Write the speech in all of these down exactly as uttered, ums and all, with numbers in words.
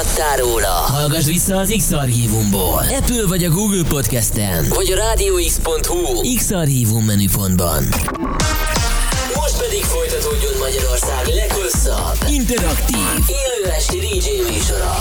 hallottál róla? Hallgass vissza az X-Archívumból. Apple vagy a Google Podcasten, vagy a rádió x pont hu X-Archívum menüpontban. Most pedig folytatódjon Magyarország leghosszabb, interaktív, élő esti dé dzsé műsora.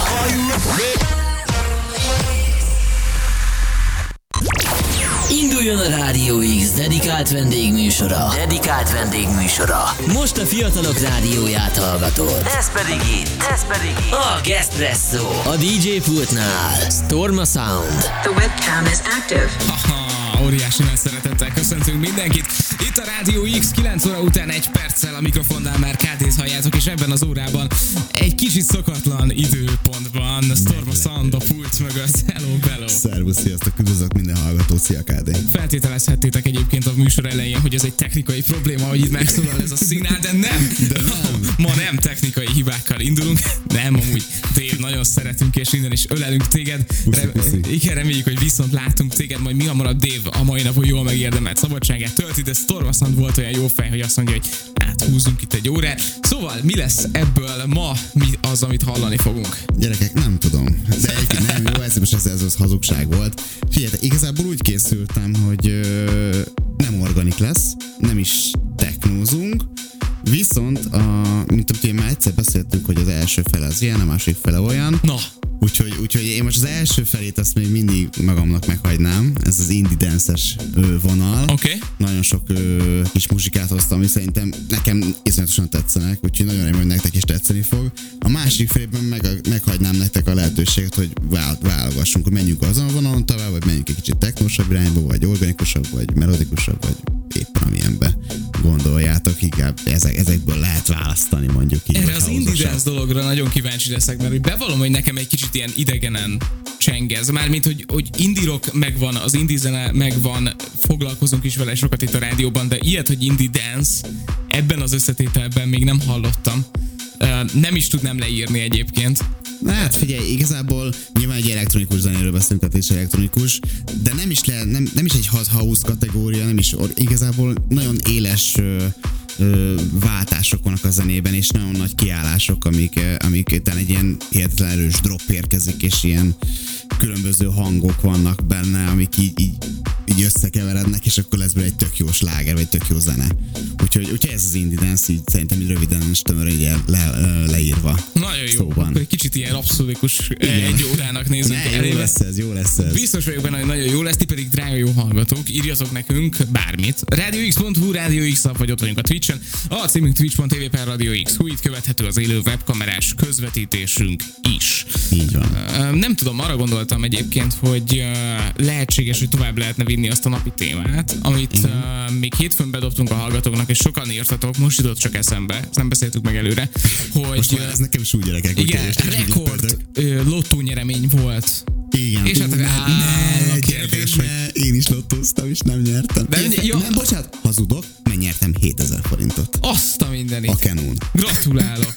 Induljon a Rádió X dedikált vendégműsora. Dedikált vendégműsora. Most a fiatalok rádióját hallgatod. Ez pedig itt, ez pedig itt. A Gespresso. A dé dzsé pultnál Storma Sound. The webcam is active. Haha, óriási nagy szeretettel köszöntünk mindenkit. Itt a Rádió X, kilenc óra után egy perccel a mikrofonnál már ká té-t halljátok, és ebben az órában egy kicsit szokatlan időpontban Storma Sound a pult mögött. Hello, bello. Szervusz, sziasztok, üdvözlök minden hallgató, szia ká dé. Feltételezhettétek egyébként a műsor elején, hogy ez egy technikai probléma, hogy itt megszólal ez a szignál, de nem. De nem. Ma nem technikai hibákkal indulunk, nem, amúgy Dave, nagyon szeretünk és innen is ölelünk téged. Puszi, puszi. Igen, reméljük, hogy viszont látunk téged, majd mi hamarabb Dave a mai napon jól megérdemelt szabadságát tölti, de Storma Sound volt olyan jó fej, hogy azt mondja, hogy áthúzzunk itt egy órát. Szóval mi lesz ebből ma, mi az, amit hallani fogunk? Gyerekek, nem tudom. De egyébként nem jó, ez most ez, ez az hazugság volt. Figyeljetek, igazából úgy készültem, hogy ö, nem organik lesz, nem is technózunk, viszont, a, mint amit már egyszer beszéltünk, hogy az első fele az ilyen, a másik fele olyan. Na. Úgyhogy, úgyhogy én most az első felét azt még mindig magamnak meghagynám. Ez az indie dance-es ö, vonal. Oké. Okay. Nagyon sok ö, kis muzsikát hoztam, ami szerintem nekem iszonyatosan tetszenek, úgyhogy nagyon remélem, hogy nektek is tetszeni fog. A másik felében meg, meghagynám nektek a lehetőséget, hogy válogassunk, hogy menjünk azon a vonalon tovább, vagy menjünk egy kicsit technósabb irányba, vagy organikusabb, vagy melodikusabb, vagy éppen amilyenbe gondoljátok, inkább ezek, ezekből lehet választani, mondjuk így. Erre az indie dance dologra nagyon kíváncsi leszek, mert hogy bevallom, hogy nekem egy kicsit ilyen idegenen csengez. Mármint, hogy, hogy indie rock megvan, az indie zene megvan, foglalkozunk is vele sokat itt a rádióban, de ilyet, hogy indie dance, ebben az összetételben még nem hallottam. Uh, nem is tudnám leírni egyébként. Na hát figyelj, igazából nyilván egy elektronikus zenéről beszélünk, tehát is elektronikus, de nem is, le, nem, nem is egy house kategória, nem is igazából nagyon éles ö, ö, váltások vannak a zenében, és nagyon nagy kiállások, amik, amik után egy ilyen hihetetlen erős drop érkezik, és ilyen különböző hangok vannak benne, amik így, így, így összekeverednek, és akkor lesz belőle egy tök jó sláger, vagy tök jó zene. Úgyhogy, úgyhogy ez az indie dance, így szerintem így röviden és tömören le, le, leírva. Nagyon jó, szóban. Akkor egy kicsit ilyen abszolúdikus egy órának nézzük ne, elébe. Jó lesz ez, jó lesz ez. Biztos vagyok benne, hogy nagyon jó lesz, ti pedig drága jó hallgatók, írjatok nekünk bármit. rádió x pont hu, Rádió X, vagy ott vagyunk a Twitchen. A címünk twitch pont tv per Rádió X. Hú, itt követhető az élő webkamerás közvetítésünk is. Így van. Nem tudom, arra gondoltam egyébként, hogy lehetséges, hogy tovább lehetne vinni azt a napi témát, amit uh, még hétfőn bedobtunk a hallgatóknak, és sokan írtatok, most jutott csak eszembe, ezt nem beszéltük meg előre, hogy... Most már ez nekem is úgy, gyerekek. Igen, úgy rekord lottónyeremény volt. Igen. És hát, ne, á, ne, a kérdés, kérdés, ne, én is lottóztam, és nem nyertem. De, Két, jó. Nem, bocsánat, hazudok, mert nyertem hétezer forintot. Azt a mindenit. A Canon. Gratulálok.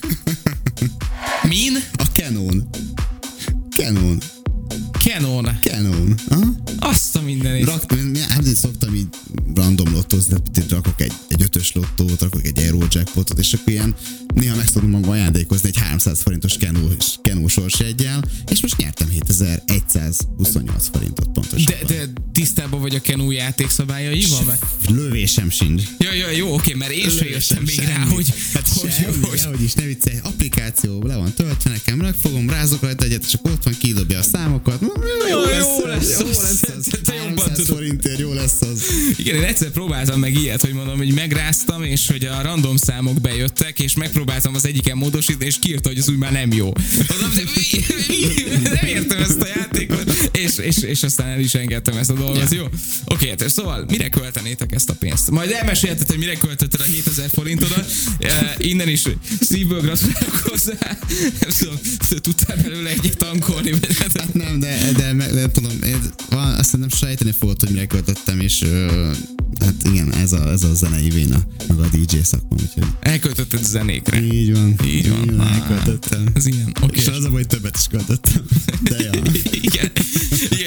Min? A Canon. Canon. Canon. Canon. Aha. Azt a mindenit. Rak, én szoktam így random lottózni, de rakok egy, egy ötös lottót, rakok egy Eurojackpotot, és akkor ilyen néha meg szoktam magam ajándékozni egy háromszáz forintos Canon sorsjeggyel, és most nyertem hétezer-egyszázhuszonnyolc forintot pontosan. De, de tisztában vagy a Canon játékszabályaival? Mert... Lövésem sincs. Ja, ja, jó, oké, mert én sem jöttem még rá, hogy... Hát hogy, semmi, hogy, hogy is, ne viccelj, applikáció le van töltve nekem, megfogom, rázok rajta egyet, csak ott van, kidobja a számokat. Jó, jó, jó lesz, lesz, jó lesz az. háromszáz forintért jó lesz az. Igen, én egyszer próbáltam meg ilyet, hogy mondom, hogy megráztam, és hogy a random számok bejöttek, és megpróbáltam az egyiken módosítani, és kiírta, hogy az úgy már nem jó. Mondom, de nem értem ezt a játékot, és, és, és aztán el is engedtem ezt a dolgot, ja. Jó? Oké, hát szóval mire költenétek ezt a pénzt? Majd elmesélheted, hogy mire költötted a hétezer forintodat, uh, innen is szívből gratulálok hozzá. Nem tudom, tudtál belőle egyet tankolni? Hát nem, de, de, de, de tudom, van, azt nem sejteni fogod, hogy mire költöttem, és uh, hát igen, ez a, ez a zenei véna, meg a dé dzsé szakma, úgyhogy... Elköltötted zenékre. Így van. Így van. Így van, elköltöttem. Ez ilyen, oké. És az a baj, többet is költöttem. De ja. Igen. Igen. Elköltötted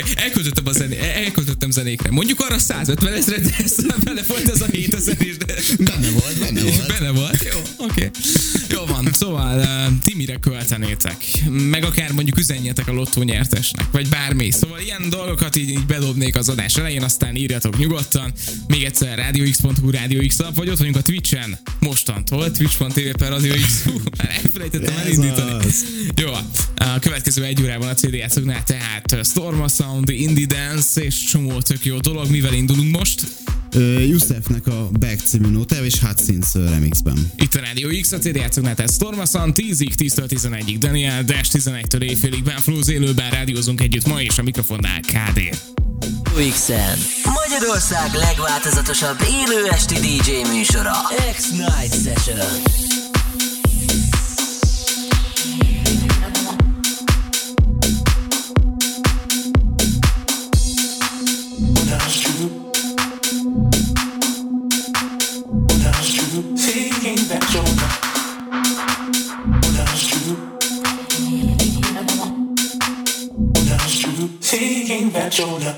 elköltöttem, a zené, elköltöttem zenékre. Mondjuk arra százötven ezret, de ez bele volt ez a hétezer is. De... Benne volt, benne volt. Benne volt, jó, oké. Okay. Jó van, szóval uh, ti mire költenétek? Meg akár mondjuk üzenjetek a lottó nyertesnek, vagy bármi. Szóval ilyen dolgokat így, így bedobnék az adás elején, aztán írjatok nyugodtan. Még egyszer rádióx pont hu, rádióx alap, vagy ott vagyunk a Twitchen mostantól, twitch pont tv per rádióx. Már elfelejtettem elindítani. Jó, a következő egy órában a cé dé játszóknál tehát Storma Sound, Indie Dance és csomó tök jó dolog. Mivel indulunk most? Uh, Yusefnek a Back című nótája és Hutchins remixben. Itt a Rádió X, a cé dé játszóknál, tehát Storma Sound tízig, tíztől tizenegyig Daniel, Dash tizenegytől éjfélig Benflows, élőben rádiózunk együtt ma, és a mikrofonnál ká dé. X-en Magyarország legváltozatosabb élő esti dé dzsé műsora, X-Night Session. Thinking that you're not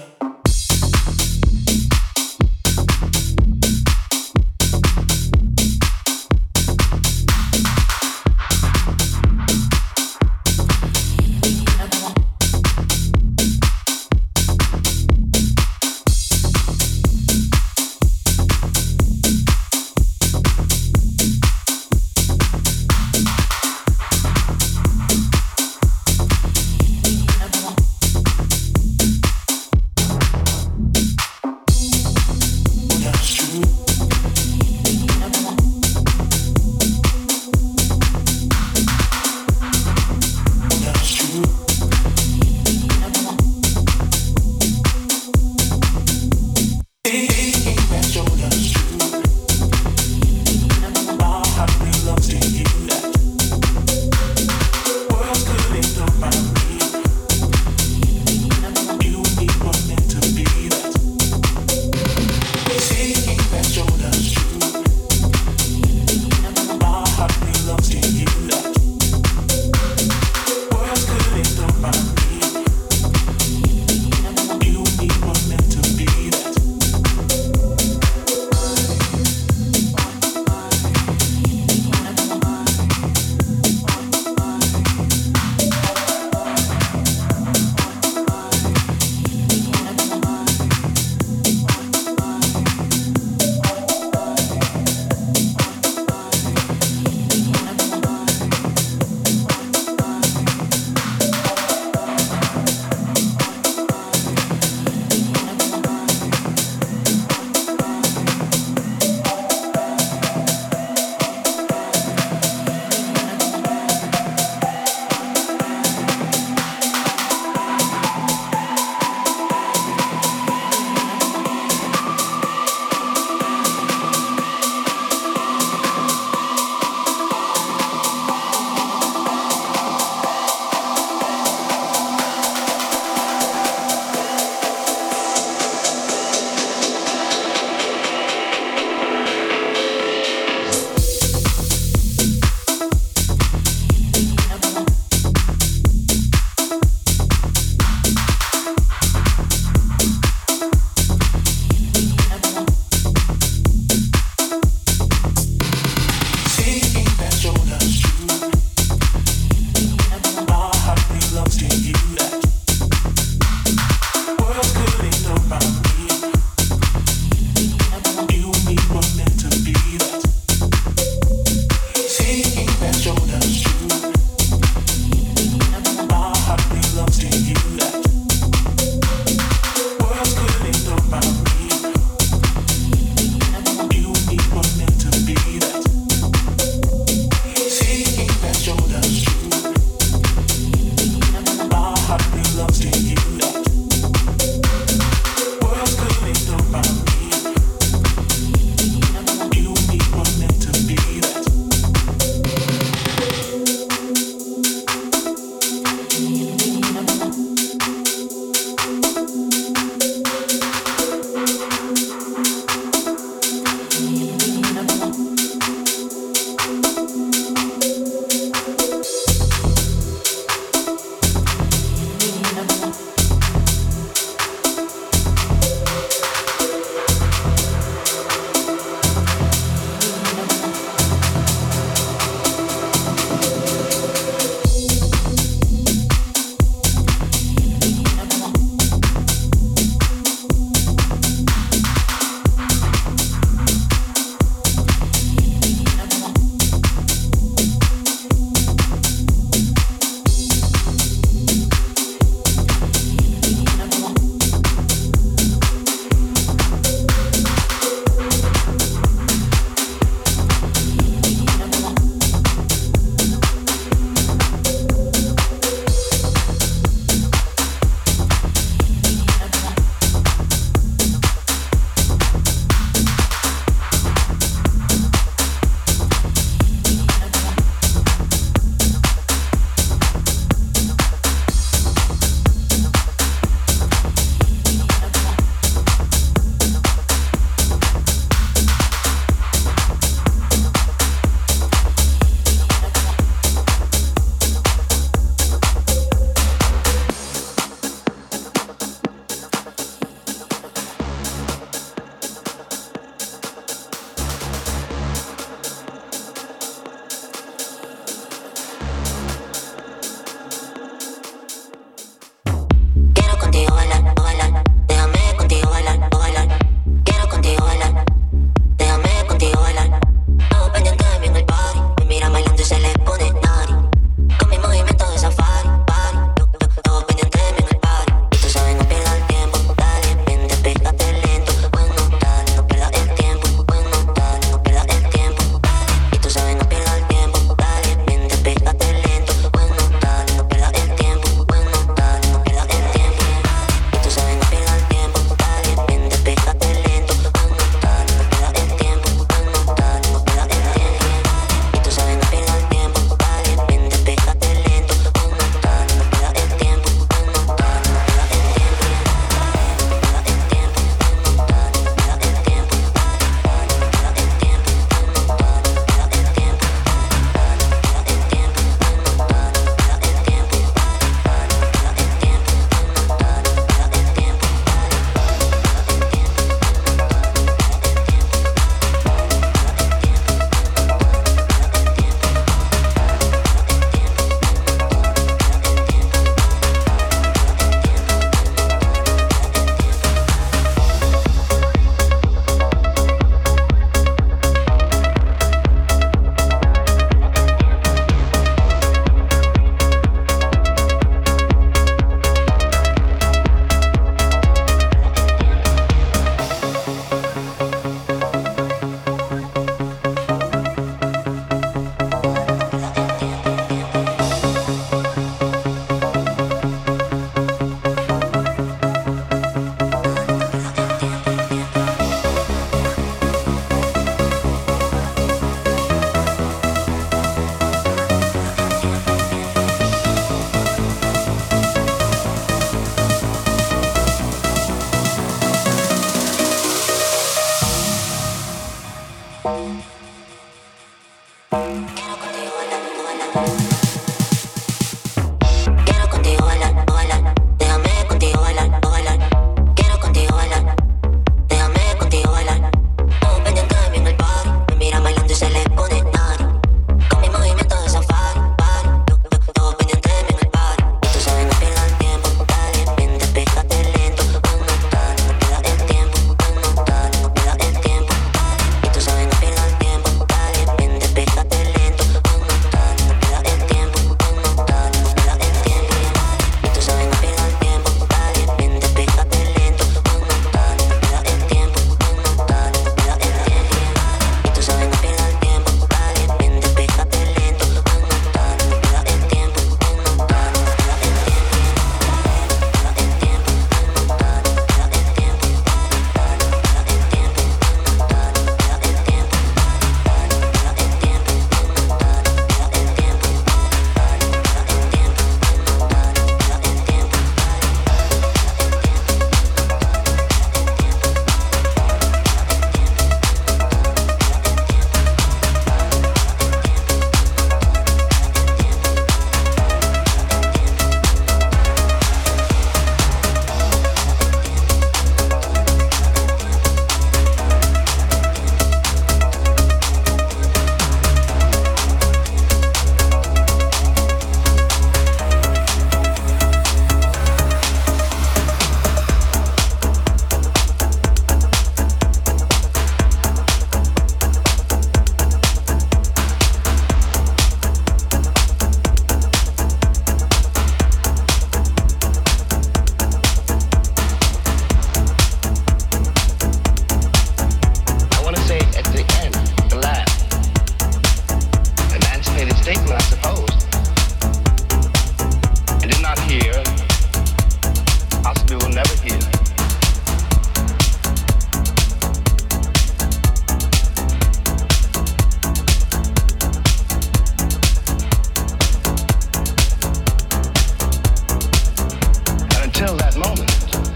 until that moment,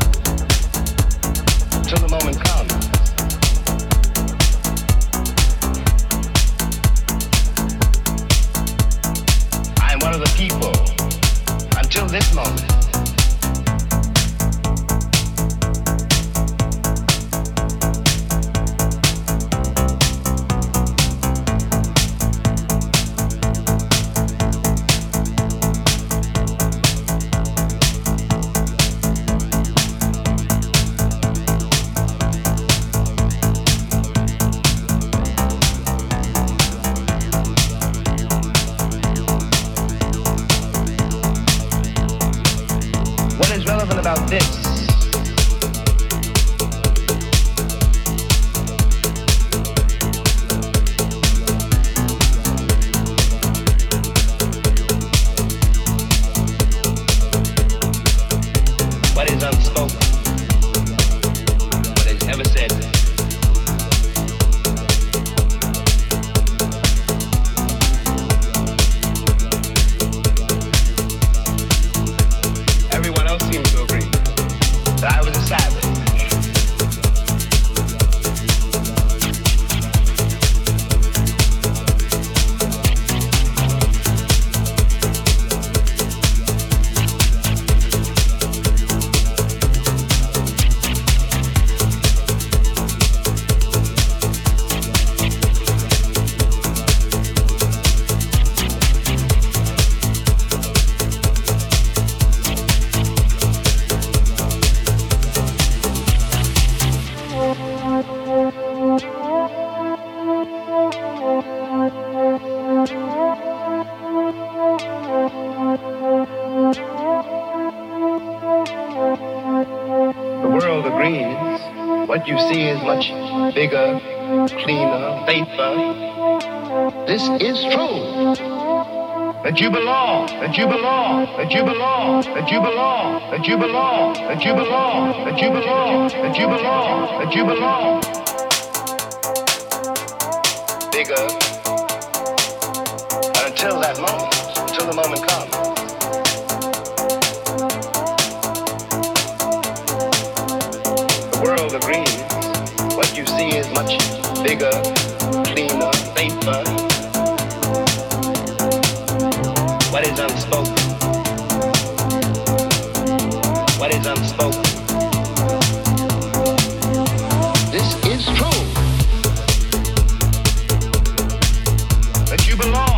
till the moment comes. I am one of the people until this moment. About this. What is unspoken? What is ever said? Everyone else seems to agree that I was a savage. What you see is much bigger, cleaner, safer. This is true. That you belong, that you belong, that you belong, that you belong, that you belong, that you belong, that you belong, that you belong, that you belong. Bigger. And until that moment, until the moment comes. World agrees. What you see is much bigger, cleaner, safer. What is unspoken? What is unspoken? This is true. That you belong.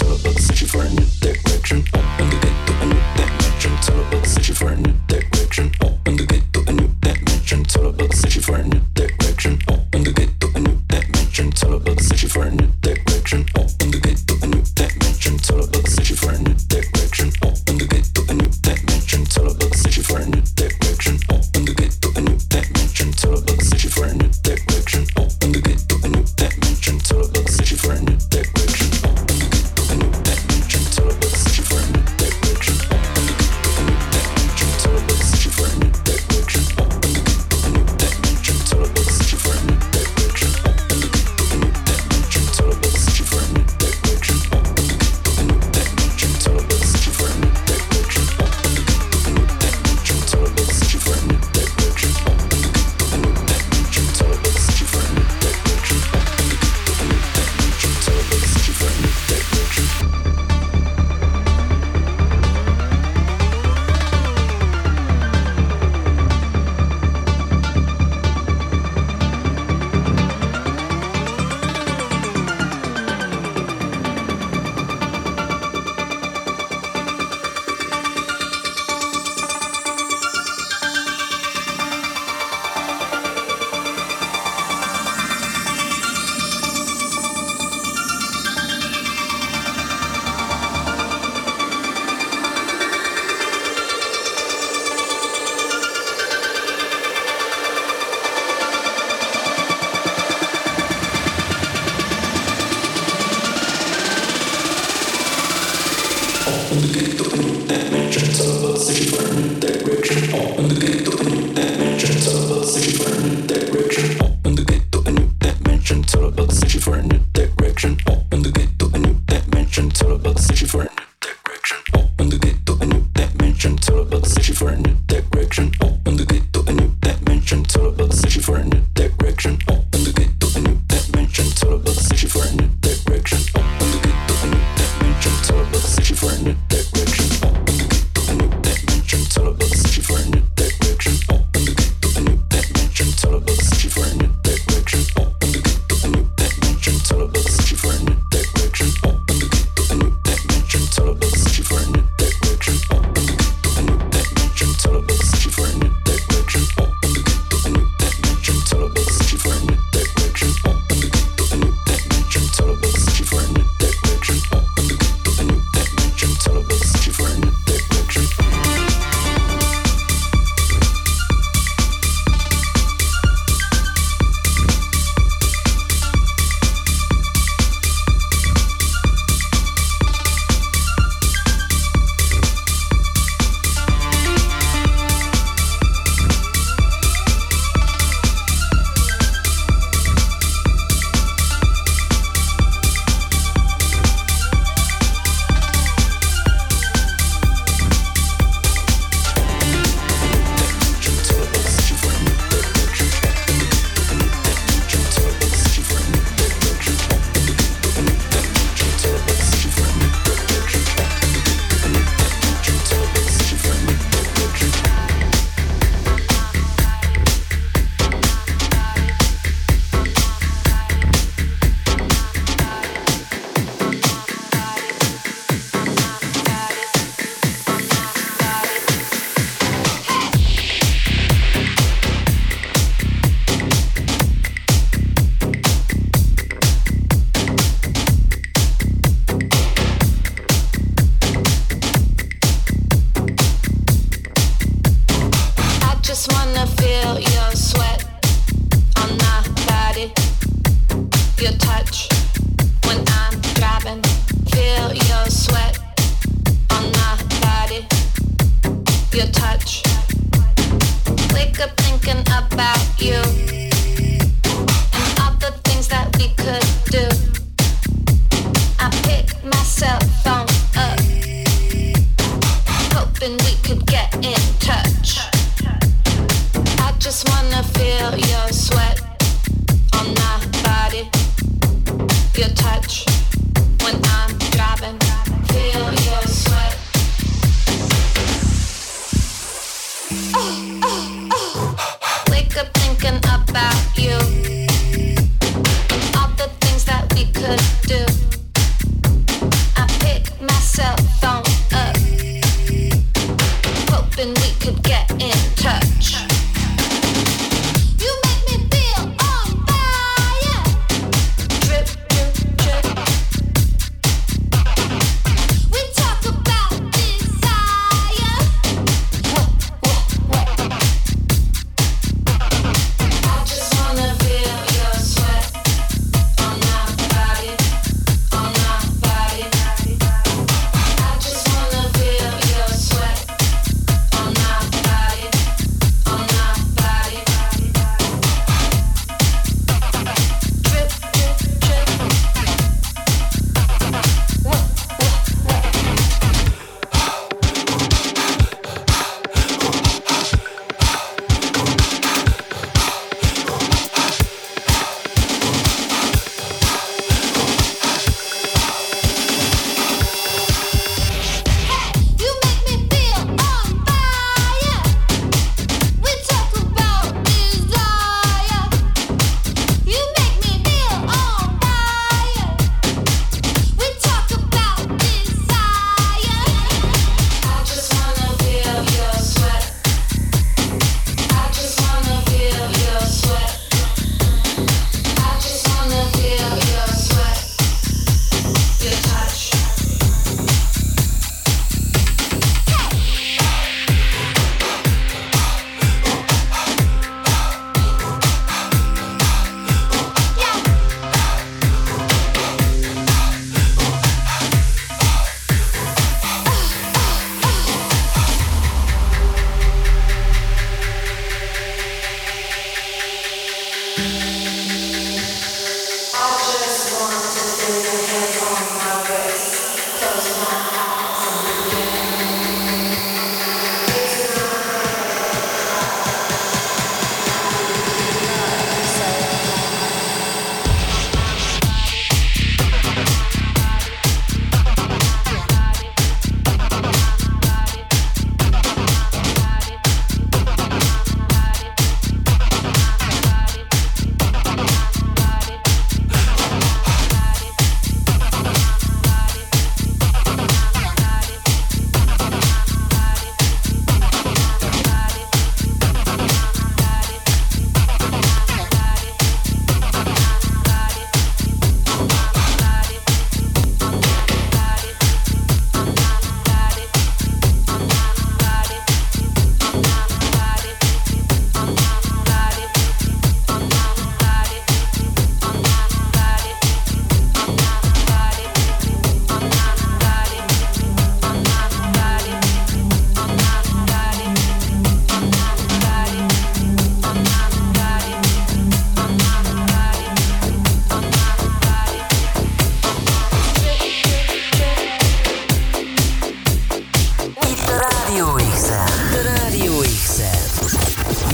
I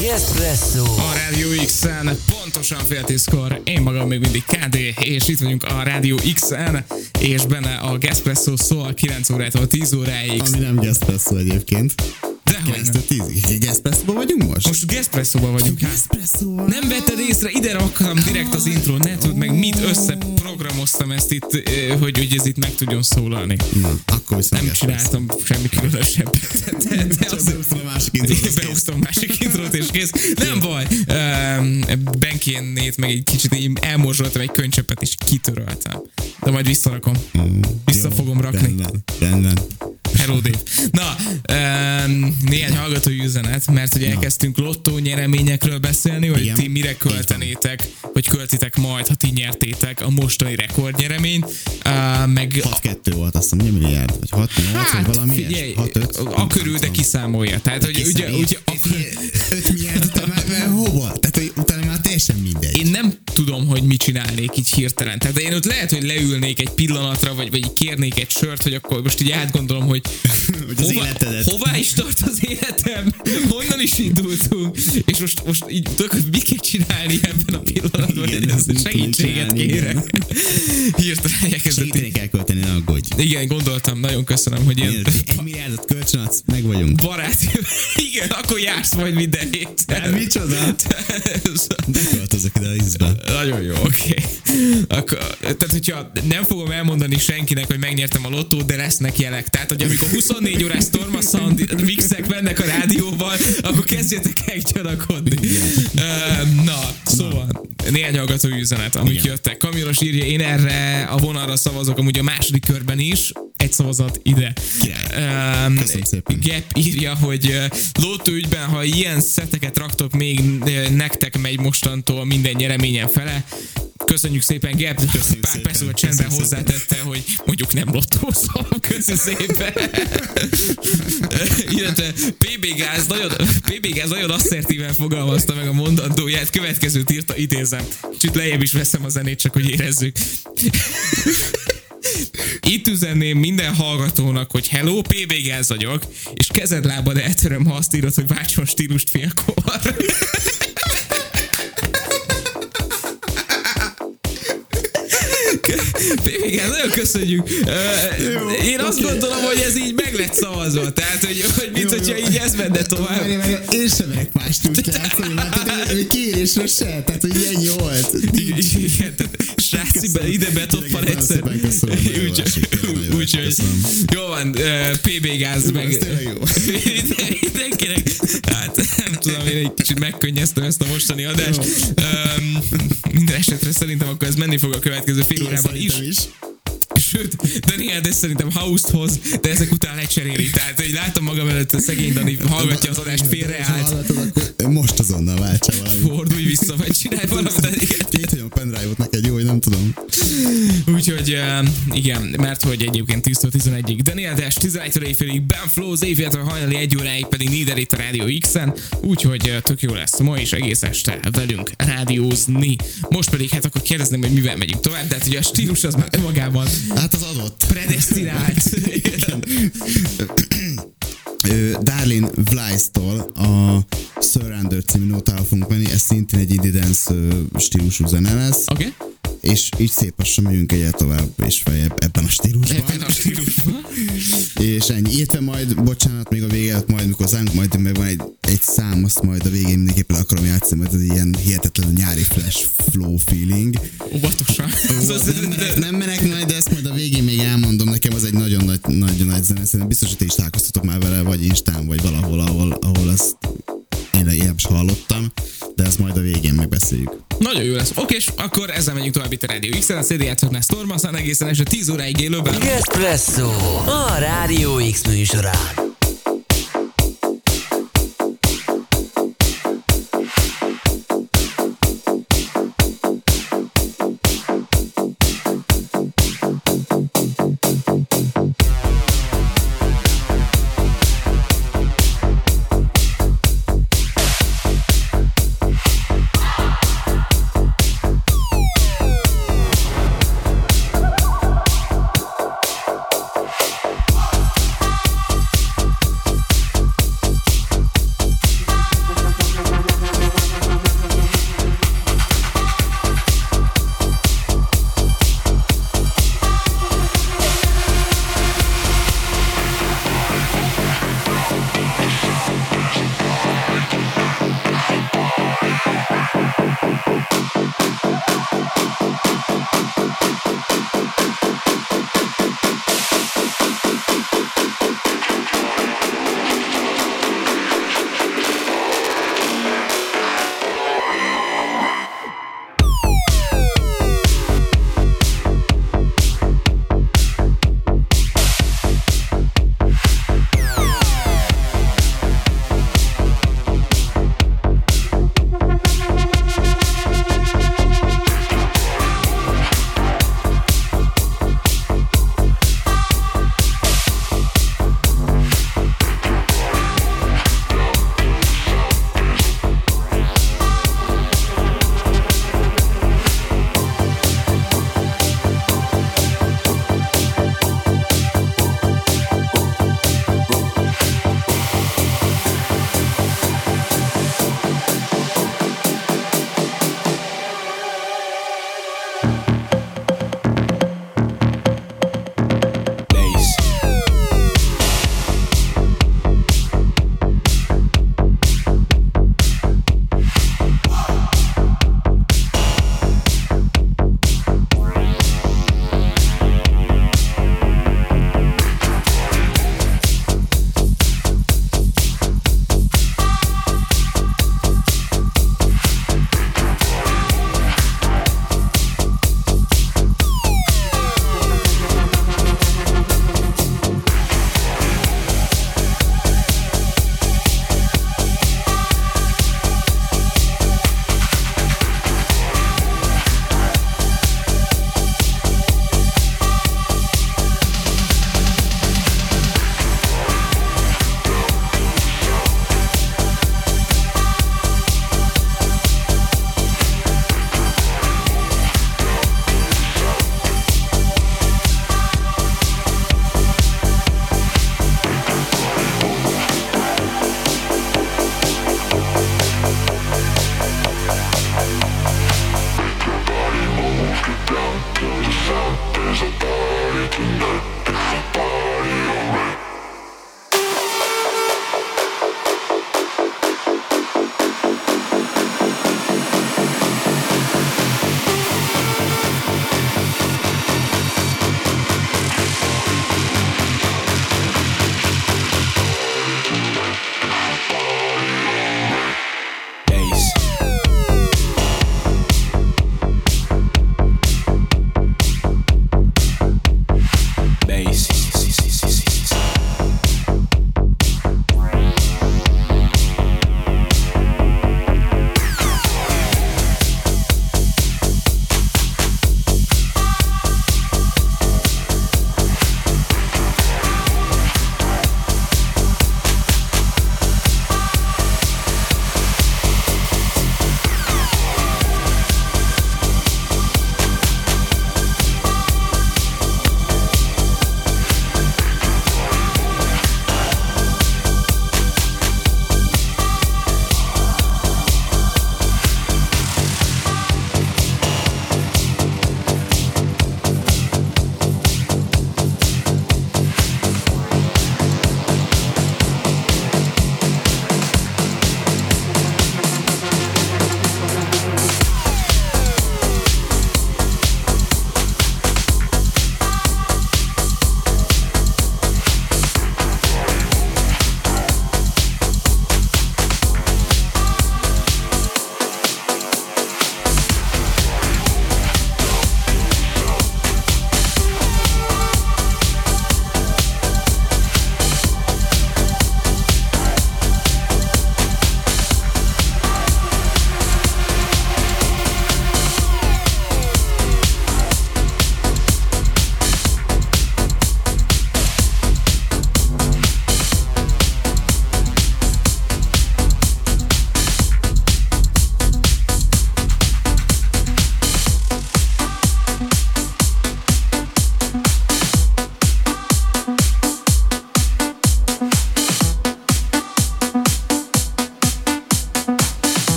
Gespresso. A Rádió X-en pontosan fél tízkor, én magam még mindig ká dé, és itt vagyunk a Rádió X-en, és benne a Gespresso szól kilenc órától tíz óráig. Ami nem Gespresso egyébként. Dehogy tízig. Gespresso-ban vagyunk most? Most Gespresso-ban vagyunk. Gespresso-ban. Nem vetted észre, ide raktam direkt az intro, ne tudd meg, mit összeprogramoztam ezt itt, hogy, hogy ez itt meg tudjon szólalni. Na, akkor viszont nem csináltam semmi különösebbet. De, de, de az, beúsztam a másik intrót. Beúsztam a másik intrót, és kész. Nem baj. Benkénnét meg egy kicsit így elmorzsoltam egy könycsöpet, és kitöröltem. De majd visszarakom. Vissza Jó, fogom rakni. Rendben, rendben. Hello Dave. Na, um, néhány hallgatói üzenet, mert ugye elkezdtünk lottó nyereményekről beszélni, hogy igen, ti mire költenétek, hogy költitek majd, ha ti nyertétek a mostani rekordnyereményt, uh, meg... hat kettő volt, azt mondom, hogy milliárd, vagy hat nyolc, Hát, vagy valami figyelj, hat öt. a körül, de kiszámolja. Tehát, hogy ugye... ugye öt milliárd után már, már hova? Tehát, hogy utána már teljesen mindegy. én nem tudom, hogy mit csinálnék így hirtelen. Tehát én ott lehet, hogy leülnék egy pillanatra, vagy, vagy kérnék egy sört, hogy akkor most így átgondolom, hogy, hogy az hova, életedet. hová is tart az életem, honnan is indultunk, és most, most így tudok, hogy mit kell csinálni ebben a pillanatban, Igen, ez nem segítséget tudom kérek. Hirtelen elkezdett. Segíteni kell költeni, ne aggódj. Igen, gondoltam, nagyon köszönöm, hogy ilyen Egy milliárdot kölcsönadsz, meg vagyunk. barát. Igen, akkor jársz majd minden héten. Hát micsoda? Ne költözök ide a ízbe. Nagyon jó, oké. Okay. Tehát, hogyha nem fogom elmondani senkinek, hogy megnyertem a lottót, de lesznek jelek. Tehát, hogy amikor huszonnégy órás Storma Sound mixek mennek a rádióban, akkor kezdjetek el gyanakodni. Uh, na, szóval néhány hallgatói üzenet, amik igen. jöttek. Kamilos írja, én erre a vonalra szavazok, amúgy a második körben is. Egy szavazat ide. Um, Köszönöm szépen. Gap írja, hogy uh, lottó ügyben, ha ilyen szeteket raktok, még uh, nektek megy mostantól minden nyereményen fele. Köszönjük szépen, Gap. Pár perc a csendben hozzátette, hogy mondjuk nem lottózom. Köszönöm szépen. Illetve pé bé Gáz nagyon, pé bé Gáz nagyon asszertíven fogalmazta meg a mondandóját. Következőt írta, idézem. Kicsit lejjebb is veszem a zenét, csak hogy érezzük. Itt üzenném minden hallgatónak, hogy hello, pé bé Gáz vagyok, és kezedlábad eltöröm, ha azt írod, hogy váltson stílust félkor. pé bé Gáz, nagyon köszönjük. Jó, én azt okay. gondolom, hogy ez így meg lett szavazva. Tehát, hogy, hogy mint jó, hogyha jó. így ez menne tovább. Várj, várj, én sem megyek mást úgy játszani, mert egy kérésre se, tehát, hogy ennyi volt. Igen, srác, ide betoppan egyszer. Úgyhogy jó van, pé bé Gáz meg... Mindenkinek, hát nem tudom, én egy kicsit megkönnyeztem ezt a mostani adást. Minden esetre szerintem akkor ez menni fog a következő fél órában is. is. Sőt, Daniel, de szerintem House-t hoz, de ezek után lecseréli. Tehát, hogy látom magam előtt, a szegény Dani hallgatja az adást, félreállt. Most azonnal váltsa valami. Fordulj vissza, vagy csinálj valamit. Két hagyom a pendrive-ot neked, jó, hogy nem tudom. Úgyhogy igen, mert hogy egyébként tíztől tizenegyig Daniel Dash, tizenegytől éjfélig Ben Flows, éjféltől hajnali egy óráig pedig Nieder itt a Rádió X-en. Úgyhogy tök jó lesz ma is egész este velünk rádiózni. Most pedig hát akkor kérdezném, hogy mivel megyünk tovább, de hát ugye a stílus az már önmagában hát az adott. Predestinált. Darlene Vlice-tól a Surrender című nótával fogunk menni, ez szintén egy indie dance stílusú zene lesz. Oké. Okay. És így szép lassan megyünk egyet tovább és feljebb ebben a stílusban. Ebben a stílusban. És ennyi. Illetve majd, bocsánat, még a vége előtt majd, mikor zánk, majd meg van egy, egy szám, azt majd a végén mindenképpen akarom játszani, mert ez ilyen hihetetlen nyári flash flow feeling. Óvatosan. Nem menek, nem menek majd, de ezt majd a végén még elmondom, nekem az egy nagyon nagy, nagyon nagy zene, szerintem biztos, hogy te is találkoztatok már vele, vagy Instán, vagy valahol, ahol, ahol ezt én ilyen is hallottam, de ezt majd a végén megbeszéljük. Nagyon jó lesz. Oké, és akkor ezzel megyünk tovább itt a Rádió X-en, a cé dé játszóknál Storm, aztán egészen este tíz óráig élőben. Gespresso, a Rádió X műsorán.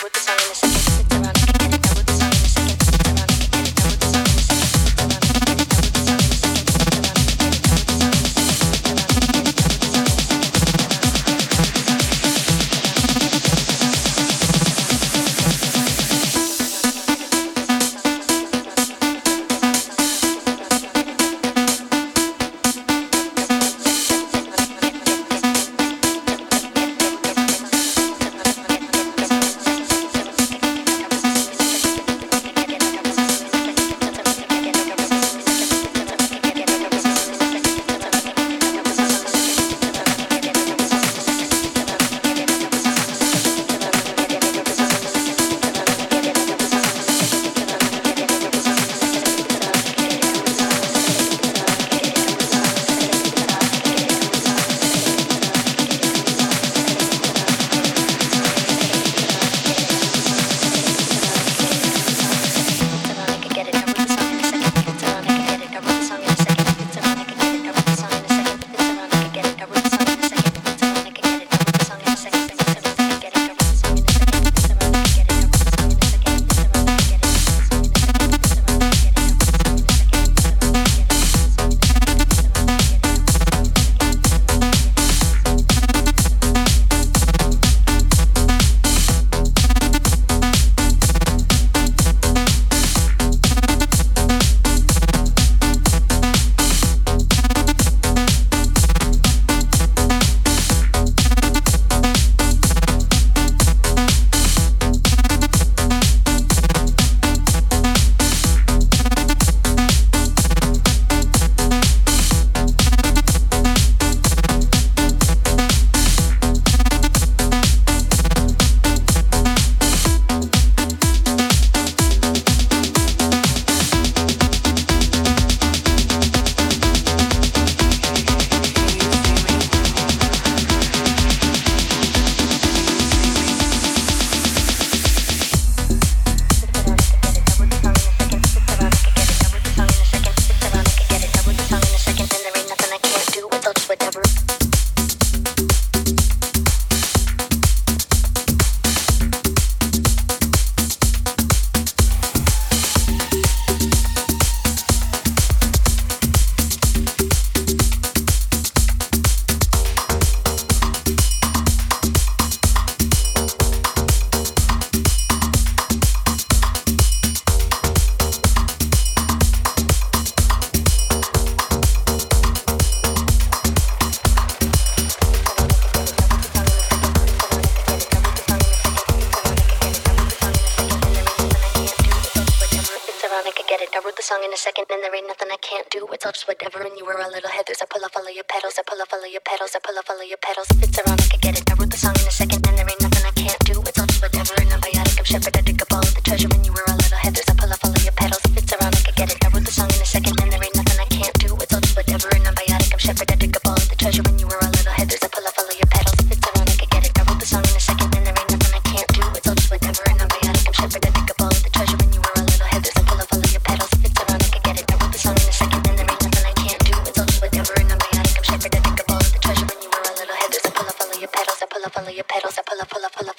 song in a second and there ain't nothing I can't do. It's all just whatever and you were a little head. There's a pull off all of your pedals, I pull off all of your pedals, I pull off all of your pedals. It's around, I could get it. I wrote the song in a second and there ain't nothing I can't do. It's all just whatever and I'm biotic. I'm shepherd, I dig up all of the treasure when you were a little head. There's a pull off all of your pedals. It's around, I could get it. I wrote the song in a second and there ain't nothing I can't do. It's all just whatever and I'm biotic. I'm shepherd, I dig up all of the treasure when you were a little head. There's a pull off all of your pedals. It's around, I could get it. I wrote the song in a second and there ain't nothing I can't do. It's all just whatever and I'm biotic. I'm shepherd, I dig up all of the treasure when you were a little head. There's a pull off all of your pedals. It's around, I could get it. I wrote the song in a second and there ain't nothing I can't do. It's all just whatever and I'm biotic. I'm shepherd, I dig up all of the treasure when you were a little head. There's a pull off all of your pedals. I pull off all of your pedals. I pull off, pull off, pull off.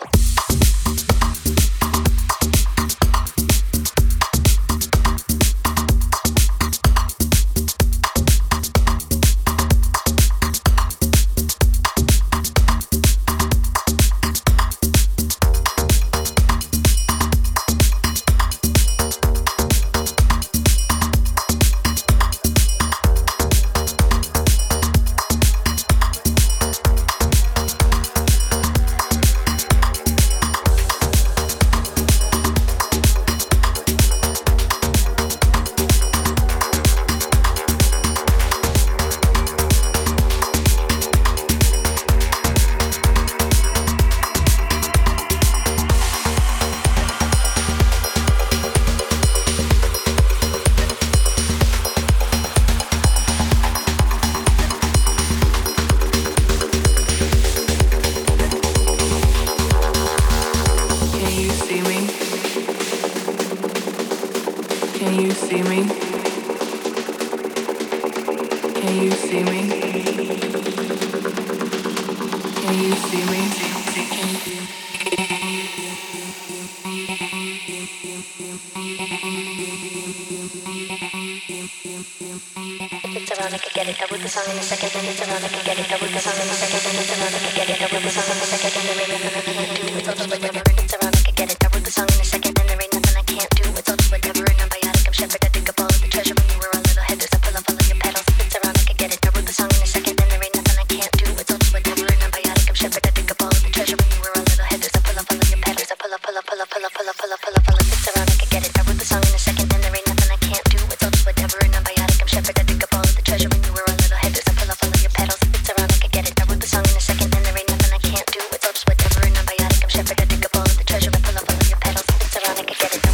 It's ironic, I get it. I wrote the song in a second, and it's ironic, I get it. I wrote the song in a second, and it's ironic, I get it. I wrote the song in a second, and there ain't nothing I can't do. It's all just whatever, and it's ironic, I get it. I wrote the song in a second, and there ain't nothing I can't do. It's all just whatever, and I'm biotic, I'm shepherd. I dig up all of the treasure when you were a little head. There's a pull up all of your petals. It's ironic, I get it. I wrote the song in a second, and there ain't nothing I can't do. It's all just whatever, and I'm biotic, I'm shepherd. I dig up all of the treasure when you were a little head. There's a pull up all of your petals. A pull up, pull up, pull up, pull up, pull up, pull up, pull up, pull up. It's ironic, I get it. I wrote the song in a second, and there ain't nothing I can't do. It's all just whatever, and I'm biotic, I'm shepherd. I dig up all of the treasure when you were a little head. There's a pull up all of your petals. It's ironic, I get it. I wrote the song in a second, and there ain't nothing I can't do. It's all just whatever, and I'm biotic, I'm shepherd. I dig up all of the treasure. I pull up all of your petals. It's ironic, I get it.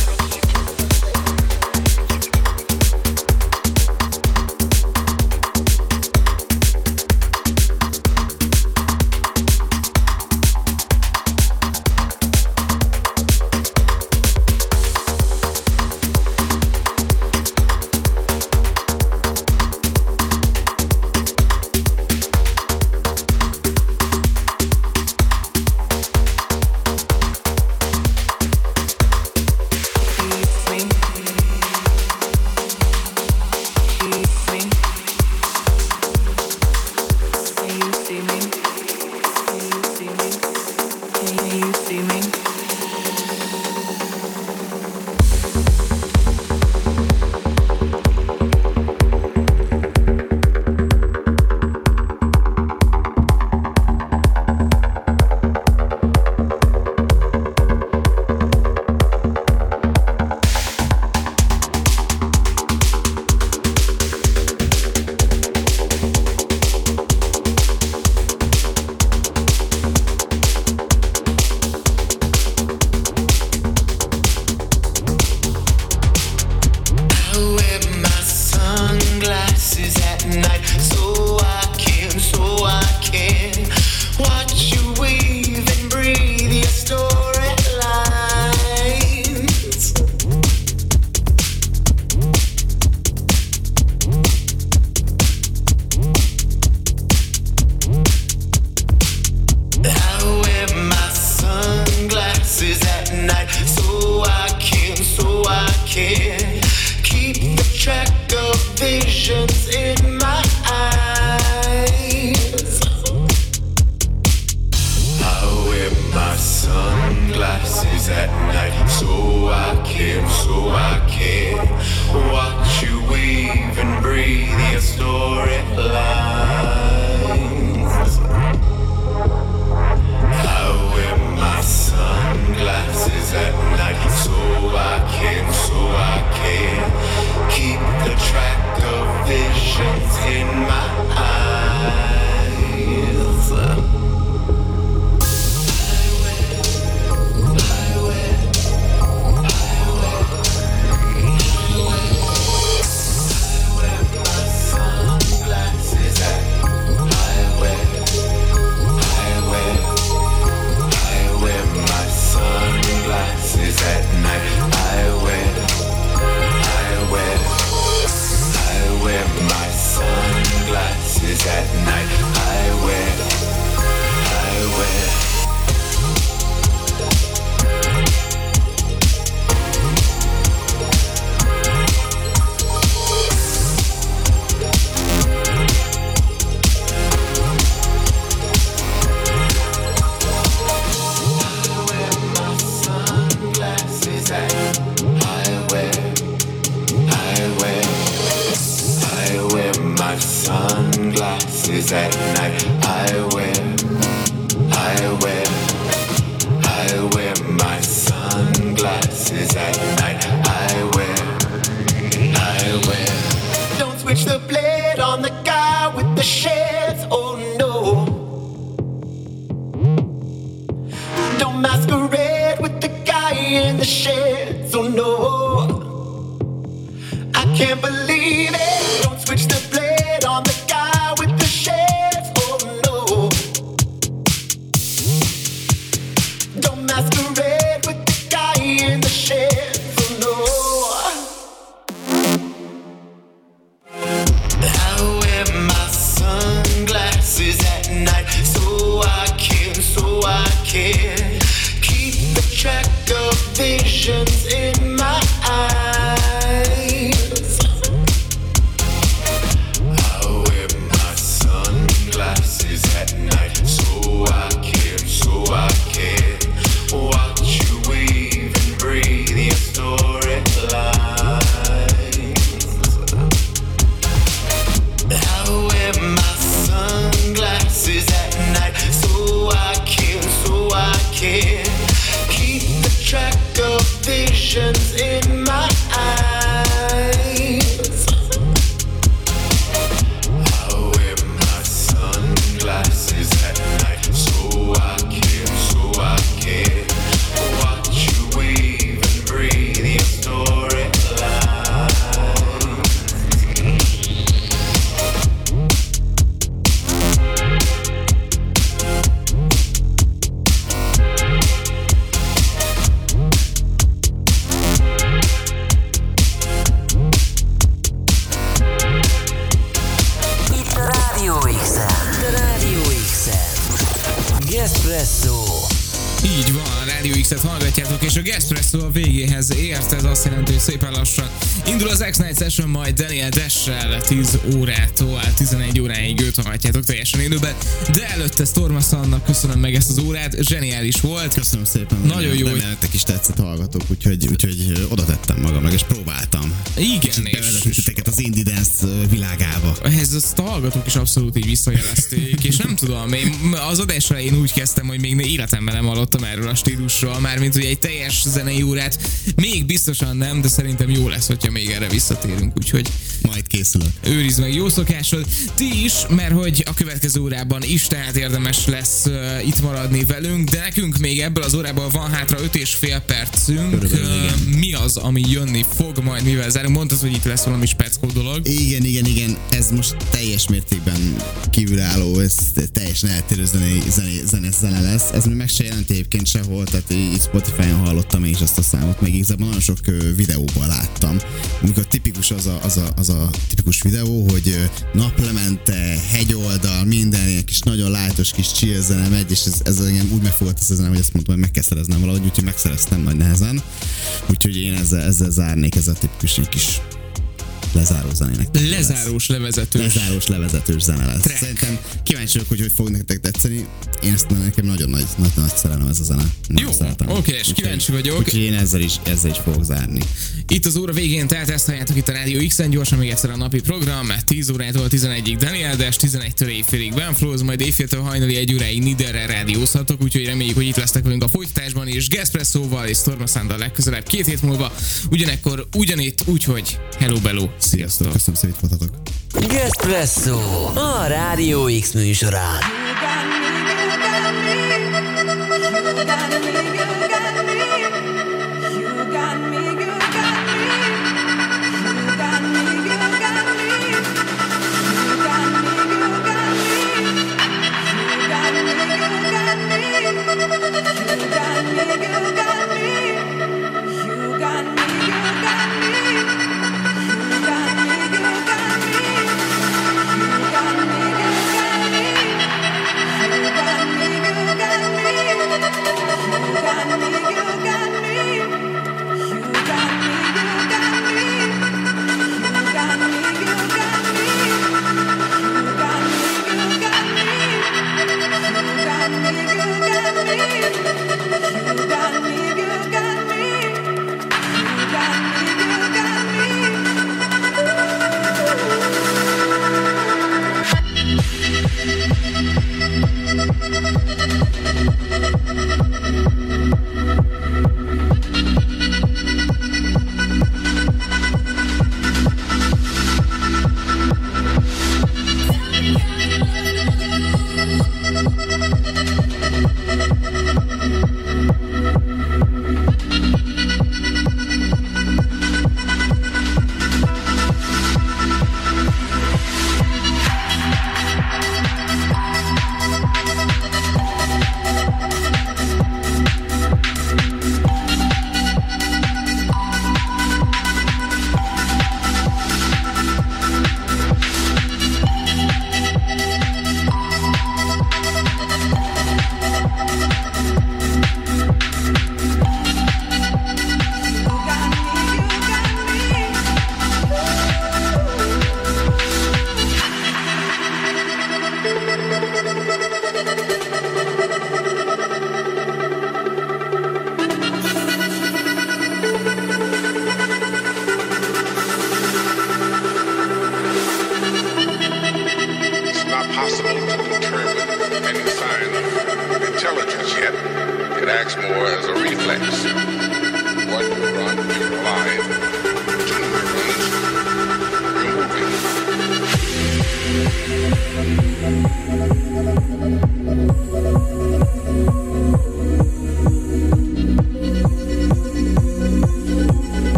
Sunglasses at night, I wear, I wear, I wear my sunglasses at night, I wear, I wear. Don't switch the blade on the guy with the shades, oh no. Don't masquerade with the guy in the shades, oh no. I can't believe it. Don't switch the blade on the guy with the shades, oh no. Don't masquerade with the guy in the shades, oh no. I wear my sunglasses at night so I can, so I can keep the track track of visions in my eyes. I wear my sunglasses at night so I can, so I can watch you weave and breathe your storylines. I wear my sunglasses at night so I can, so I can keep the track of visions in my eyes. I wear my sunglasses at night so I can, so I can watch you weave and breathe your storyline. Itt a Rádió X-en. A Rádió X-en. Gespresso. Így van, a Rádió X-et hallgatjátok, és a Gespresso a végéhez ért, ez azt jelenti, hogy szépen lassan indul az X-Night Session, majd Daniel Dash-sel tíz órától tizenegy óráig őt hallgatjátok teljesen élőben, de előtte Storma Sunnak köszönöm meg ezt az órát, zseniális volt. Köszönöm szépen. Nagyon jó, hogy- Remélem, nektek is tetszett, hallgatok, úgyhogy, úgyhogy oda tettem magamnak, és próbáltam. Igen, Kicsit és bevezetni titeket az indie dance világába. ehhez azt a hallgatók is abszolút így visszajelezték, és nem tudom, én az adás elején úgy kezdtem, hogy még életemben nem hallottam erről a stílusról, mármint hogy egy teljes zenei órát még biztosan nem, de szerintem jó lesz, hogyha még erre visszatérünk, úgyhogy Majd készülök. őrizd meg jó szokásod, ti is, mert hogy a következő órában is, tehát érdemes lesz uh, itt maradni velünk, de nekünk még ebből az órából van hátra öt és fél percünk. Körülbelül, igen. Uh, mi az, ami jönni fog majd, mivel zárunk? Mondtad, hogy itt lesz valami speckó dolog. Igen, igen, igen, ez most teljes mértékben kívülálló, ez teljesen eltérő zene, zene, zene, zene lesz. Ez még meg se jelenti egyébként sehol, tehát így Spotify-on hallottam én is azt a számot, meg igazából nagyon sok ö, videóban láttam. Amikor tipikus az a, az, a, az a tipikus videó, hogy ö, naplemente, hegyoldal, minden ilyen kis nagyon lájtos kis chill zene megy, és ez, ez engem úgy megfogott ez a zene, hogy ezt mondtam, hogy meg kell szereznem valahogy, úgyhogy megszereztem nagy nehezen. Úgyhogy én ezzel, ezzel zárnék, ez a tipikus egy kis lezáró zenének. Lezárós, levezetős. Lezárós, levezetős zene lesz. Track. Szerintem kíváncsi vagyok, hogy hogy fog nektek tetszeni. Én ezt nekem nagyon nagy, nagy, nagy szerelem ez a zene. Nagyon Jó, szeretem. oké, és Úgyhogy- kíváncsi vagyok. Úgyhogy én ezzel is, ezzel is fogok zárni. Itt az óra végén, tehát ezt halljátok itt a Rádió X-en, gyorsan még egyszer a napi program, tíz órától tizenegyig Daniel Dash, tizenegytől éjfélig Ben Flows, majd éjféltől hajnali egy óráig Niderrel rádiózhatok, úgyhogy reméljük, hogy itt lesznek velünk a folytatásban, és Gespresso-val és Storma Sunddal legközelebb két hét múlva, ugyanekkor ugyanitt, úgyhogy hello bello, sziasztok! Köszönöm szépen, hogy voltatok. Gespresso. A Rádió X műsorán. You got me, you got me.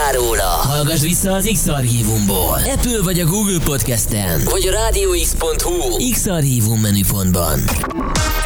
hallottál róla? Hallgass vissza az X-Archívumból. Apple vagy a Google Podcasten, vagy a rádió x pont hu X-Archívum menüpontban.